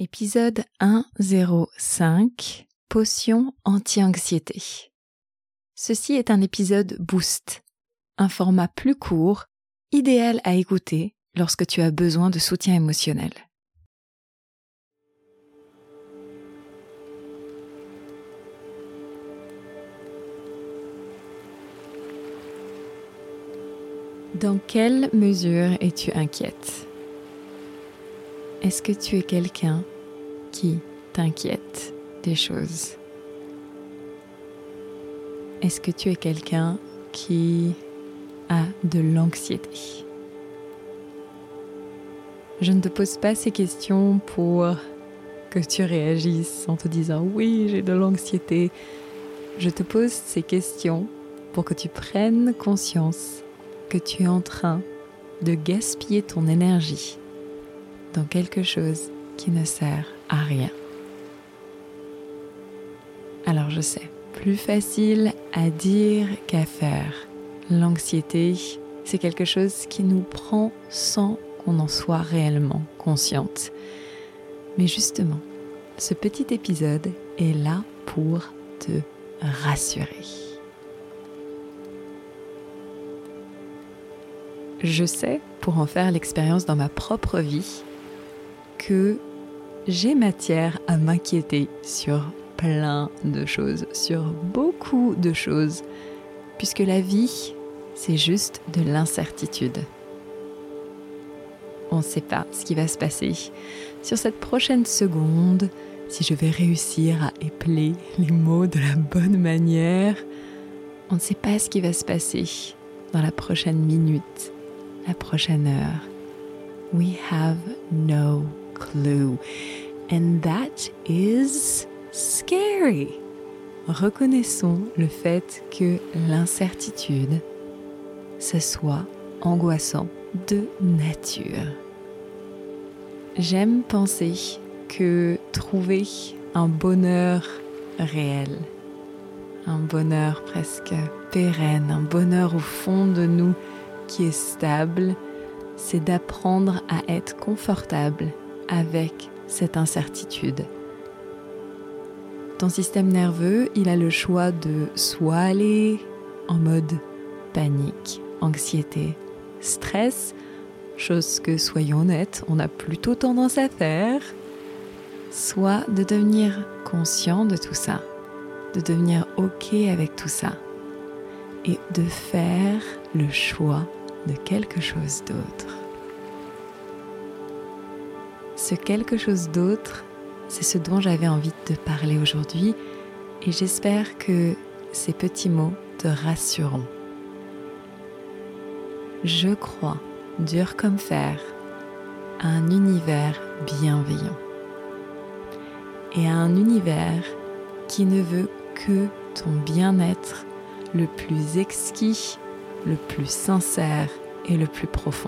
Épisode 105, Potion anti-anxiété. Ceci est un épisode boost, un format plus court, idéal à écouter lorsque tu as besoin de soutien émotionnel. Dans quelle mesure es-tu inquiète ? Est-ce que tu es quelqu'un qui t'inquiète des choses ? Est-ce que tu es quelqu'un qui a de l'anxiété ? Je ne te pose pas ces questions pour que tu réagisses en te disant « oui, j'ai de l'anxiété ». Je te pose ces questions pour que tu prennes conscience que tu es en train de gaspiller ton énergie dans quelque chose qui ne sert à rien. Alors je sais, plus facile à dire qu'à faire. L'anxiété, c'est quelque chose qui nous prend sans qu'on en soit réellement consciente. Mais justement, ce petit épisode est là pour te rassurer. Je sais, pour en faire l'expérience dans ma propre vie, que j'ai matière à m'inquiéter sur plein de choses, sur beaucoup de choses, puisque la vie, c'est juste de l'incertitude. On ne sait pas ce qui va se passer sur cette prochaine seconde, si je vais réussir à épeler les mots de la bonne manière. On ne sait pas ce qui va se passer dans la prochaine minute, la prochaine heure. We have no clue. And that is scary. Reconnaissons le fait que l'incertitude, ce soit angoissant de nature. J'aime penser que trouver un bonheur réel, un bonheur presque pérenne, un bonheur au fond de nous qui est stable, c'est d'apprendre à être confortable avec cette incertitude. Ton système nerveux, il a le choix de soit aller en mode panique, anxiété, stress, chose que, soyons honnêtes, on a plutôt tendance à faire, soit de devenir conscient de tout ça, de devenir OK avec tout ça et de faire le choix de quelque chose d'autre. Ce quelque chose d'autre, c'est ce dont j'avais envie de te parler aujourd'hui et j'espère que ces petits mots te rassureront. Je crois, dur comme fer, à un univers bienveillant et à un univers qui ne veut que ton bien-être le plus exquis, le plus sincère et le plus profond.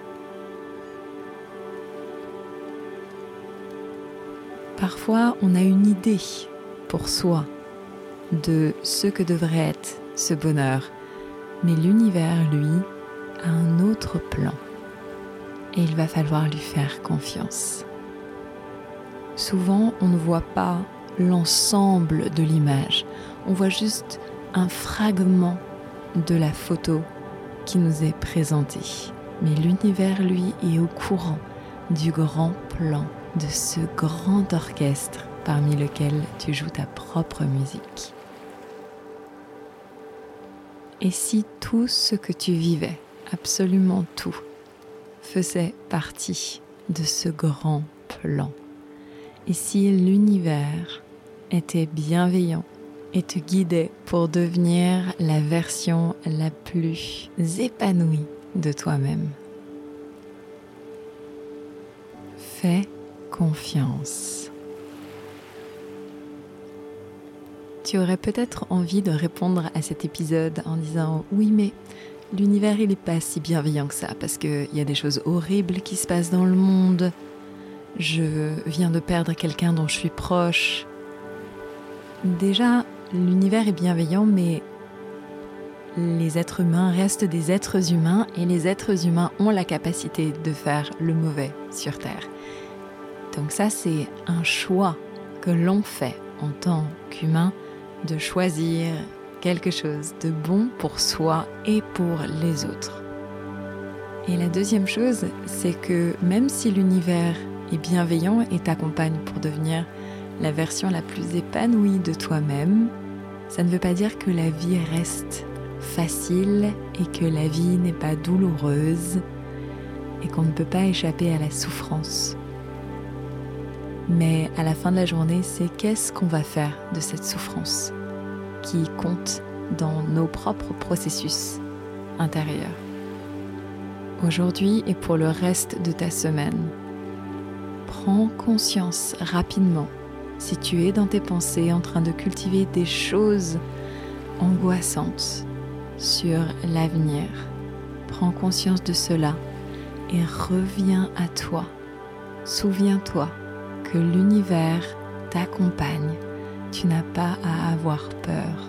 Parfois, on a une idée pour soi de ce que devrait être ce bonheur, mais l'univers, lui, a un autre plan et il va falloir lui faire confiance. Souvent, on ne voit pas l'ensemble de l'image, on voit juste un fragment de la photo qui nous est présentée. Mais l'univers, lui, est au courant du grand plan, de ce grand orchestre parmi lequel tu joues ta propre musique. Et si tout ce que tu vivais, absolument tout, faisait partie de ce grand plan? Et si l'univers était bienveillant et te guidait pour devenir la version la plus épanouie de toi-même? Fais confiance. Tu aurais peut-être envie de répondre à cet épisode en disant « Oui, mais l'univers, il n'est pas si bienveillant que ça parce qu'il y a des choses horribles qui se passent dans le monde. Je viens de perdre quelqu'un dont je suis proche. » Déjà, l'univers est bienveillant, mais les êtres humains restent des êtres humains et les êtres humains ont la capacité de faire le mauvais sur Terre. Donc ça, c'est un choix que l'on fait en tant qu'humain de choisir quelque chose de bon pour soi et pour les autres. Et la deuxième chose, c'est que même si l'univers est bienveillant et t'accompagne pour devenir la version la plus épanouie de toi-même, ça ne veut pas dire que la vie reste facile et que la vie n'est pas douloureuse et qu'on ne peut pas échapper à la souffrance. Mais à la fin de la journée, c'est qu'est-ce qu'on va faire de cette souffrance qui compte dans nos propres processus intérieurs. Aujourd'hui et pour le reste de ta semaine, prends conscience rapidement si tu es dans tes pensées en train de cultiver des choses angoissantes sur l'avenir. Prends conscience de cela et reviens à toi. Souviens-toi que l'univers t'accompagne. Tu n'as pas à avoir peur.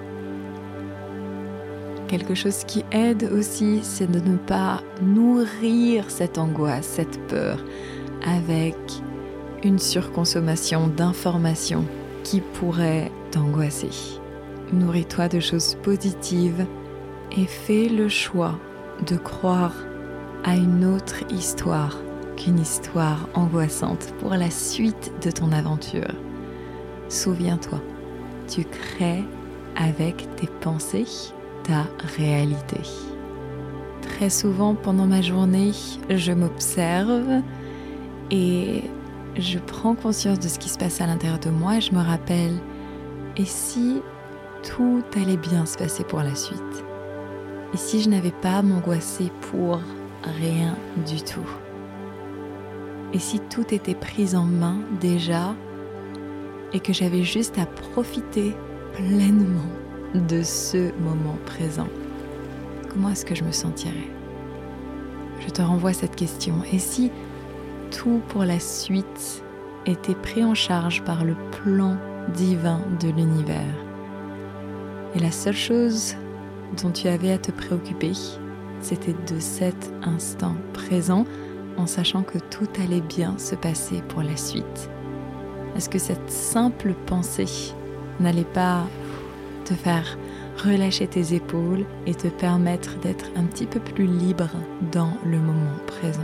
Quelque chose qui aide aussi, c'est de ne pas nourrir cette angoisse, cette peur, avec une surconsommation d'informations qui pourraient t'angoisser. Nourris-toi de choses positives et fais le choix de croire à une autre histoire qu'une histoire angoissante pour la suite de ton aventure. Souviens-toi, tu crées avec tes pensées ta réalité. Très souvent pendant ma journée, je m'observe et je prends conscience de ce qui se passe à l'intérieur de moi et je me rappelle, et si tout allait bien se passer pour la suite? Et si je n'avais pas à m'angoisser pour rien du tout? Et si tout était pris en main déjà et que j'avais juste à profiter pleinement de ce moment présent, comment est-ce que je me sentirais? Je te renvoie cette question. Et si tout pour la suite était pris en charge par le plan divin de l'univers? Et la seule chose dont tu avais à te préoccuper, c'était de cet instant présent, en sachant que tout allait bien se passer pour la suite. Est-ce que cette simple pensée n'allait pas te faire relâcher tes épaules et te permettre d'être un petit peu plus libre dans le moment présent?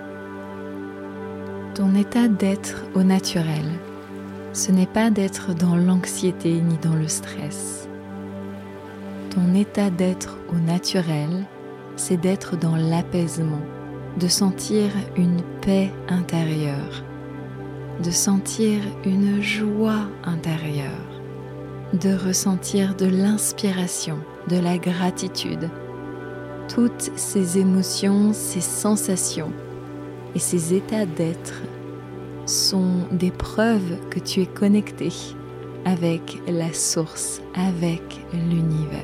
Ton état d'être au naturel, ce n'est pas d'être dans l'anxiété ni dans le stress. Ton état d'être au naturel, c'est d'être dans l'apaisement, de sentir une paix intérieure, de sentir une joie intérieure, de ressentir de l'inspiration, de la gratitude. Toutes ces émotions, ces sensations et ces états d'être sont des preuves que tu es connecté avec la source, avec l'univers.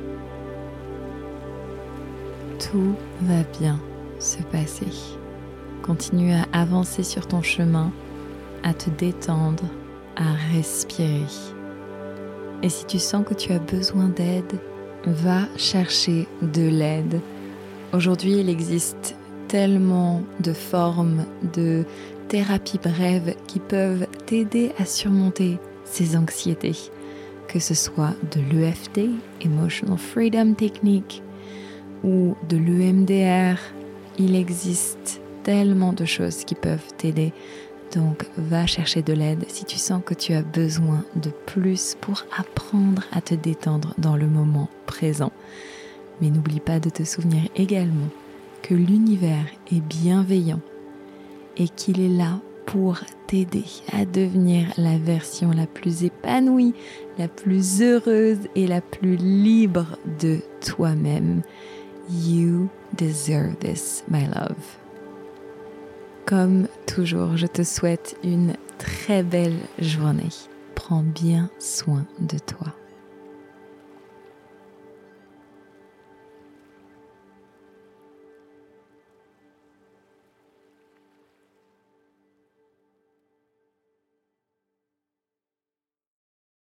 Tout va bien se passer. Continue à avancer sur ton chemin, à te détendre, à respirer. Et si tu sens que tu as besoin d'aide, va chercher de l'aide. Aujourd'hui, il existe tellement de formes de thérapie brève qui peuvent t'aider à surmonter ces anxiétés, que ce soit de l'EFT, Emotional Freedom Technique, ou de l'EMDR. Il existe tellement de choses qui peuvent t'aider. Donc, va chercher de l'aide si tu sens que tu as besoin de plus pour apprendre à te détendre dans le moment présent. Mais n'oublie pas de te souvenir également que l'univers est bienveillant et qu'il est là pour t'aider à devenir la version la plus épanouie, la plus heureuse et la plus libre de toi-même. You deserve this, my love. Comme toujours, je te souhaite une très belle journée. Prends bien soin de toi.